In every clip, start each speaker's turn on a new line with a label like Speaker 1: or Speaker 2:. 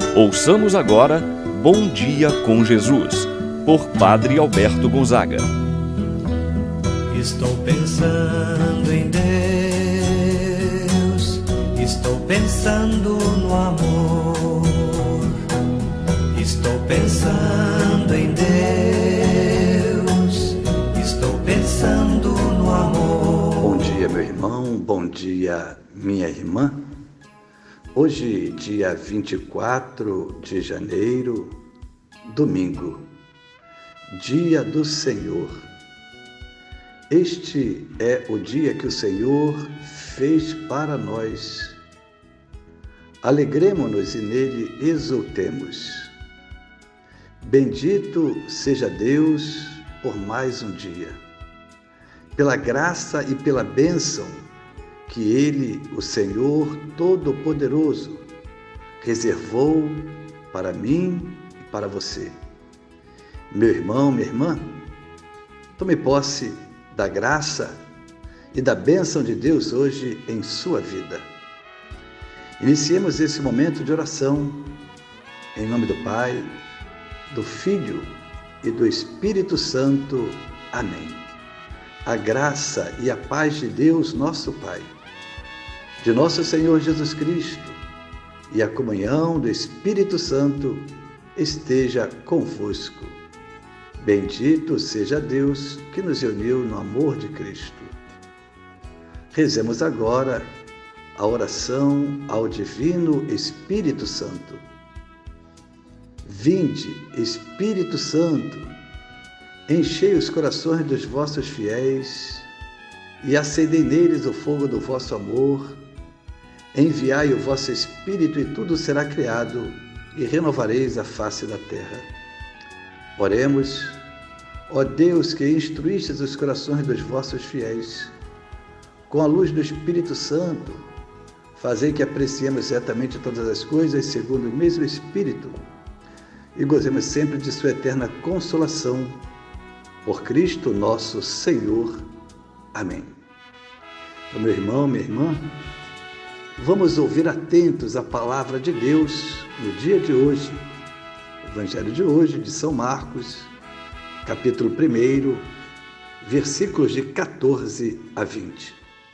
Speaker 1: Ouçamos agora Bom Dia com Jesus, por Padre Alberto Gonzaga.
Speaker 2: Estou pensando em Deus, estou pensando no amor, estou pensando em Deus, estou pensando no amor.
Speaker 3: Bom dia, meu irmão, bom dia, minha irmã. Hoje, dia 24 de janeiro, domingo, dia do Senhor. Este é o dia que o Senhor fez para nós. Alegremo-nos e nele exultemos. Bendito seja Deus por mais um dia, pela graça e pela bênção que Ele, o Senhor Todo-Poderoso, reservou para mim e para você. Meu irmão, minha irmã, tome posse da graça e da bênção de Deus hoje em sua vida. Iniciemos esse momento de oração em nome do Pai, do Filho e do Espírito Santo. Amém. A graça e a paz de Deus, nosso Pai, de nosso Senhor Jesus Cristo e a comunhão do Espírito Santo esteja convosco. Bendito seja Deus que nos uniu no amor de Cristo. Rezemos agora a oração ao Divino Espírito Santo. Vinde, Espírito Santo, enchei os corações dos vossos fiéis e acendei neles o fogo do vosso amor. Enviai o vosso Espírito e tudo será criado e renovareis a face da terra. Oremos. Ó Deus, que instruístes os corações dos vossos fiéis, com a luz do Espírito Santo, fazei que apreciemos retamente todas as coisas segundo o mesmo Espírito e gozemos sempre de sua eterna consolação. Por Cristo nosso Senhor. Amém. Então, meu irmão, minha irmã, vamos ouvir atentos a palavra de Deus no dia de hoje. O Evangelho de hoje, de São Marcos, capítulo 1, versículos de 14 a 20.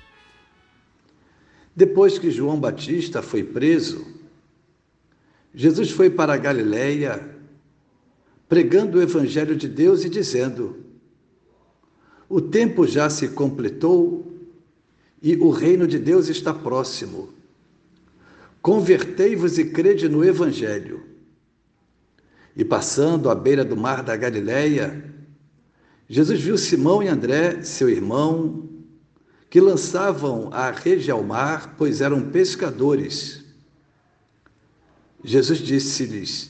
Speaker 3: Depois que João Batista foi preso, Jesus foi para a Galileia, pregando o Evangelho de Deus e dizendo: o tempo já se completou e o reino de Deus está próximo. Convertei-vos e crede no Evangelho. E passando à beira do mar da Galileia, Jesus viu Simão e André, seu irmão, que lançavam a rede ao mar, pois eram pescadores. Jesus disse-lhes: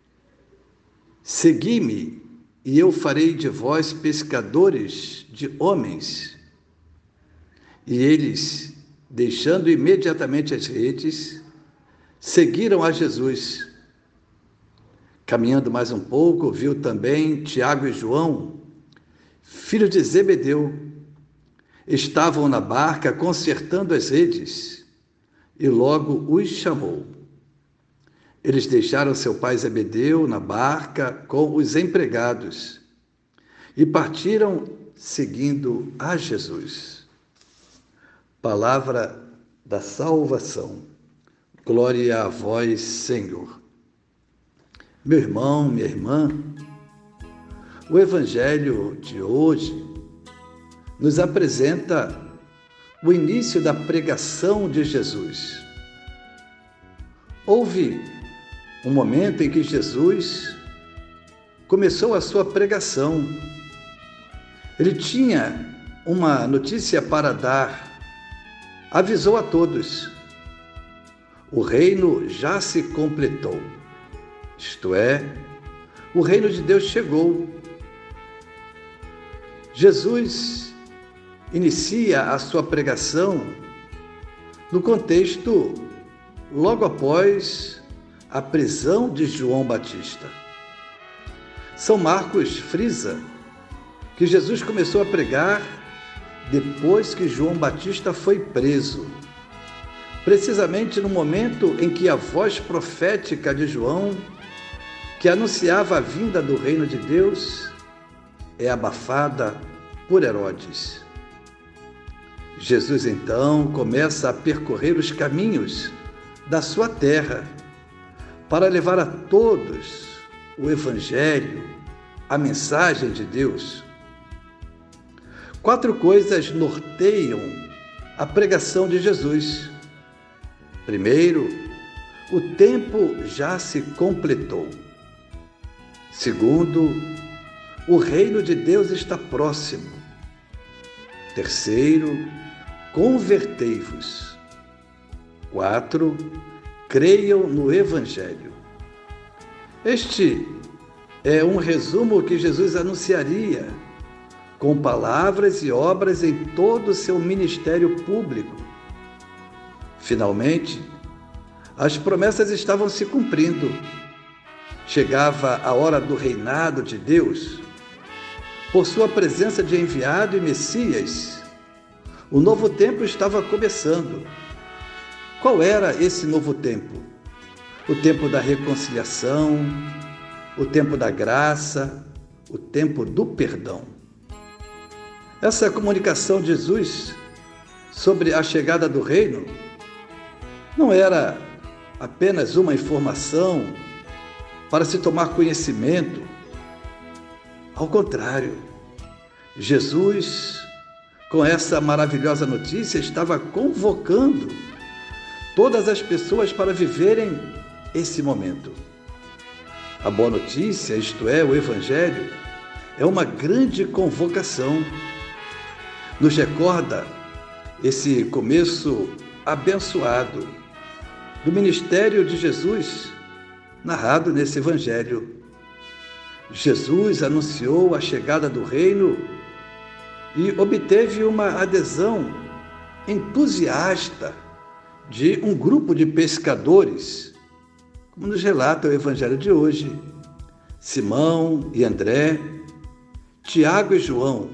Speaker 3: segui-me, e eu farei de vós pescadores de homens. E eles, deixando imediatamente as redes, seguiram a Jesus. Caminhando mais um pouco, viu também Tiago e João, filhos de Zebedeu. Estavam na barca consertando as redes, e logo os chamou. Eles deixaram seu pai Zebedeu na barca com os empregados e partiram seguindo a Jesus. Palavra da salvação. Glória a vós, Senhor. Meu irmão, minha irmã, o Evangelho de hoje nos apresenta o início da pregação de Jesus. Houve um momento em que Jesus começou a sua pregação. Ele tinha uma notícia para dar, avisou a todos: o reino já se completou. Isto é, o reino de Deus chegou. Jesus inicia a sua pregação no contexto logo após a prisão de João Batista. São Marcos frisa que Jesus começou a pregar depois que João Batista foi preso. precisamente no momento em que a voz profética de João, que anunciava a vinda do reino de Deus, é abafada por Herodes. Jesus, então, começa a percorrer os caminhos da sua terra para levar a todos o Evangelho, a mensagem de Deus. 4 coisas norteiam a pregação de Jesus. Primeiro, o tempo já se completou. Segundo, o reino de Deus está próximo. Terceiro, convertei-vos. 4, creiam no Evangelho. Este é um resumo que Jesus anunciaria com palavras e obras em todo o seu ministério público. Finalmente, as promessas estavam se cumprindo. Chegava a hora do reinado de Deus. Por sua presença de enviado e Messias, o novo tempo estava começando. Qual era esse novo tempo? O tempo da reconciliação, o tempo da graça, o tempo do perdão. Essa comunicação de Jesus sobre a chegada do reino não era apenas uma informação para se tomar conhecimento. Ao contrário, Jesus, com essa maravilhosa notícia, estava convocando todas as pessoas para viverem esse momento. A boa notícia, isto é, o Evangelho, é uma grande convocação. Nos recorda esse começo abençoado do ministério de Jesus, narrado nesse Evangelho. Jesus anunciou a chegada do reino e obteve uma adesão entusiasta de um grupo de pescadores, como nos relata o Evangelho de hoje: Simão e André, Tiago e João.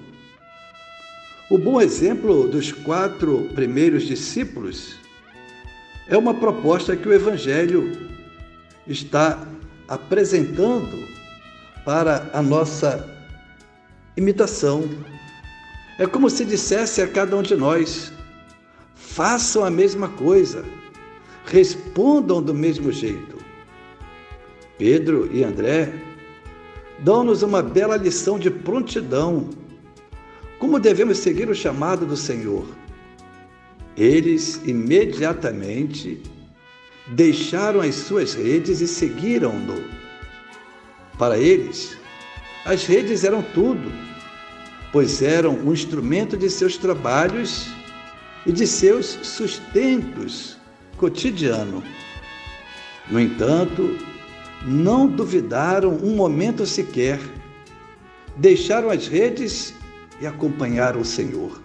Speaker 3: O bom exemplo dos 4 primeiros discípulos é uma proposta que o Evangelho está apresentando para a nossa imitação. É como se dissesse a cada um de nós: façam a mesma coisa, respondam do mesmo jeito. Pedro e André dão-nos uma bela lição de prontidão. Como devemos seguir o chamado do Senhor? Eles imediatamente deixaram as suas redes e seguiram-no. Para eles, as redes eram tudo, pois eram um instrumento de seus trabalhos e de seus sustentos cotidianos. No entanto, não duvidaram um momento sequer, deixaram as redes e acompanharam o Senhor.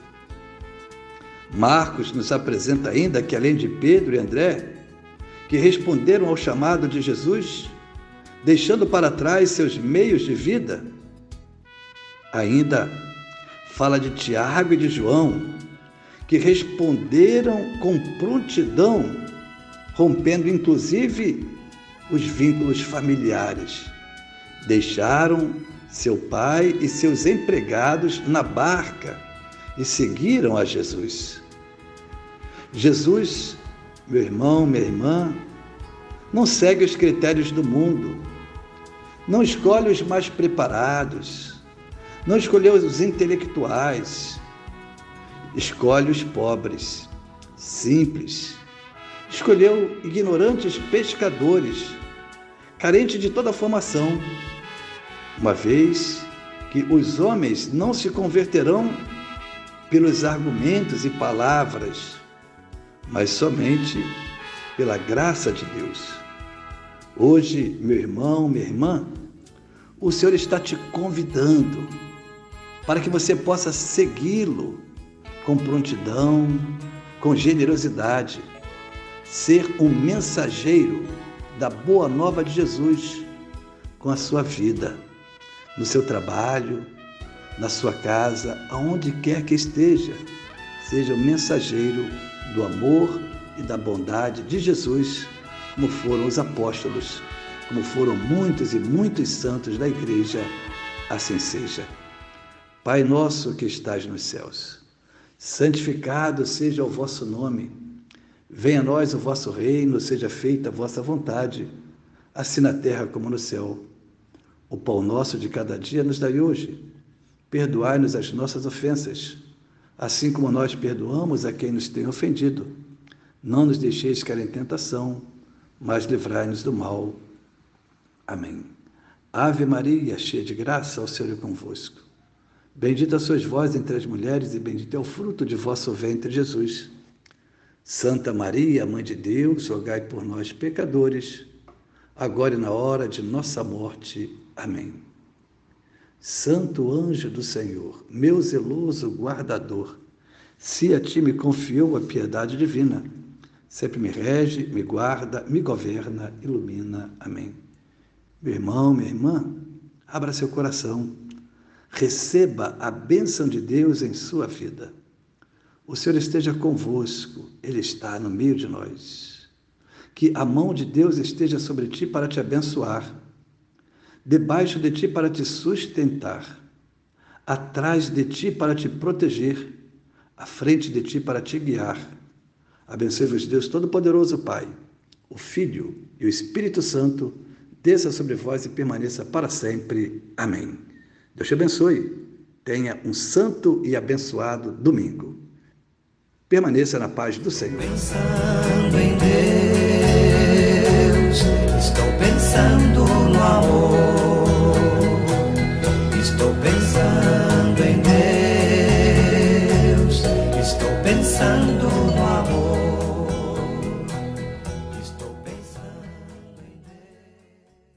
Speaker 3: Marcos nos apresenta ainda que, além de Pedro e André, que responderam ao chamado de Jesus, deixando para trás seus meios de vida, ainda fala de Tiago e de João, que responderam com prontidão, rompendo inclusive os vínculos familiares. Deixaram seu pai e seus empregados na barca e seguiram a Jesus. Jesus, meu irmão, minha irmã, não segue os critérios do mundo, não escolhe os mais preparados, não escolheu os intelectuais, escolhe os pobres, simples, escolheu ignorantes pescadores, carentes de toda a formação, uma vez que os homens não se converterão pelos argumentos e palavras, mas somente pela graça de Deus. Hoje, meu irmão, minha irmã, o Senhor está te convidando para que você possa segui-lo com prontidão, com generosidade, ser um mensageiro da boa nova de Jesus com a sua vida, no seu trabalho, na sua casa, aonde quer que esteja, seja um mensageiro do amor e da bondade de Jesus, como foram os apóstolos, como foram muitos e muitos santos da igreja, assim seja. Pai nosso que estás nos céus, santificado seja o vosso nome. Venha a nós o vosso reino, seja feita a vossa vontade, assim na terra como no céu. O pão nosso de cada dia nos dai hoje. Perdoai-nos as nossas ofensas, assim como nós perdoamos a quem nos tem ofendido. Não nos deixeis cair em tentação, mas livrai-nos do mal. Amém. Ave Maria, cheia de graça, o Senhor é convosco. Bendita sois vós entre as mulheres, e bendito é o fruto de vosso ventre, Jesus. Santa Maria, Mãe de Deus, rogai por nós, pecadores, agora e na hora de nossa morte. Amém. Santo anjo do Senhor, meu zeloso guardador, se a ti me confiou a piedade divina, sempre me rege, me guarda, me governa, ilumina. Amém. Meu irmão, minha irmã, abra seu coração, receba a bênção de Deus em sua vida. O Senhor esteja convosco, Ele está no meio de nós. Que a mão de Deus esteja sobre ti para te abençoar, debaixo de ti para te sustentar, atrás de ti para te proteger, à frente de ti para te guiar. Abençoe-vos Deus Todo-Poderoso, Pai, o Filho e o Espírito Santo, desça sobre vós e permaneça para sempre. Amém. Deus te abençoe. Tenha um santo e abençoado domingo. Permaneça na paz do Senhor.
Speaker 2: Pensando em Deus, estou pensando no amor. Estou pensando em Deus.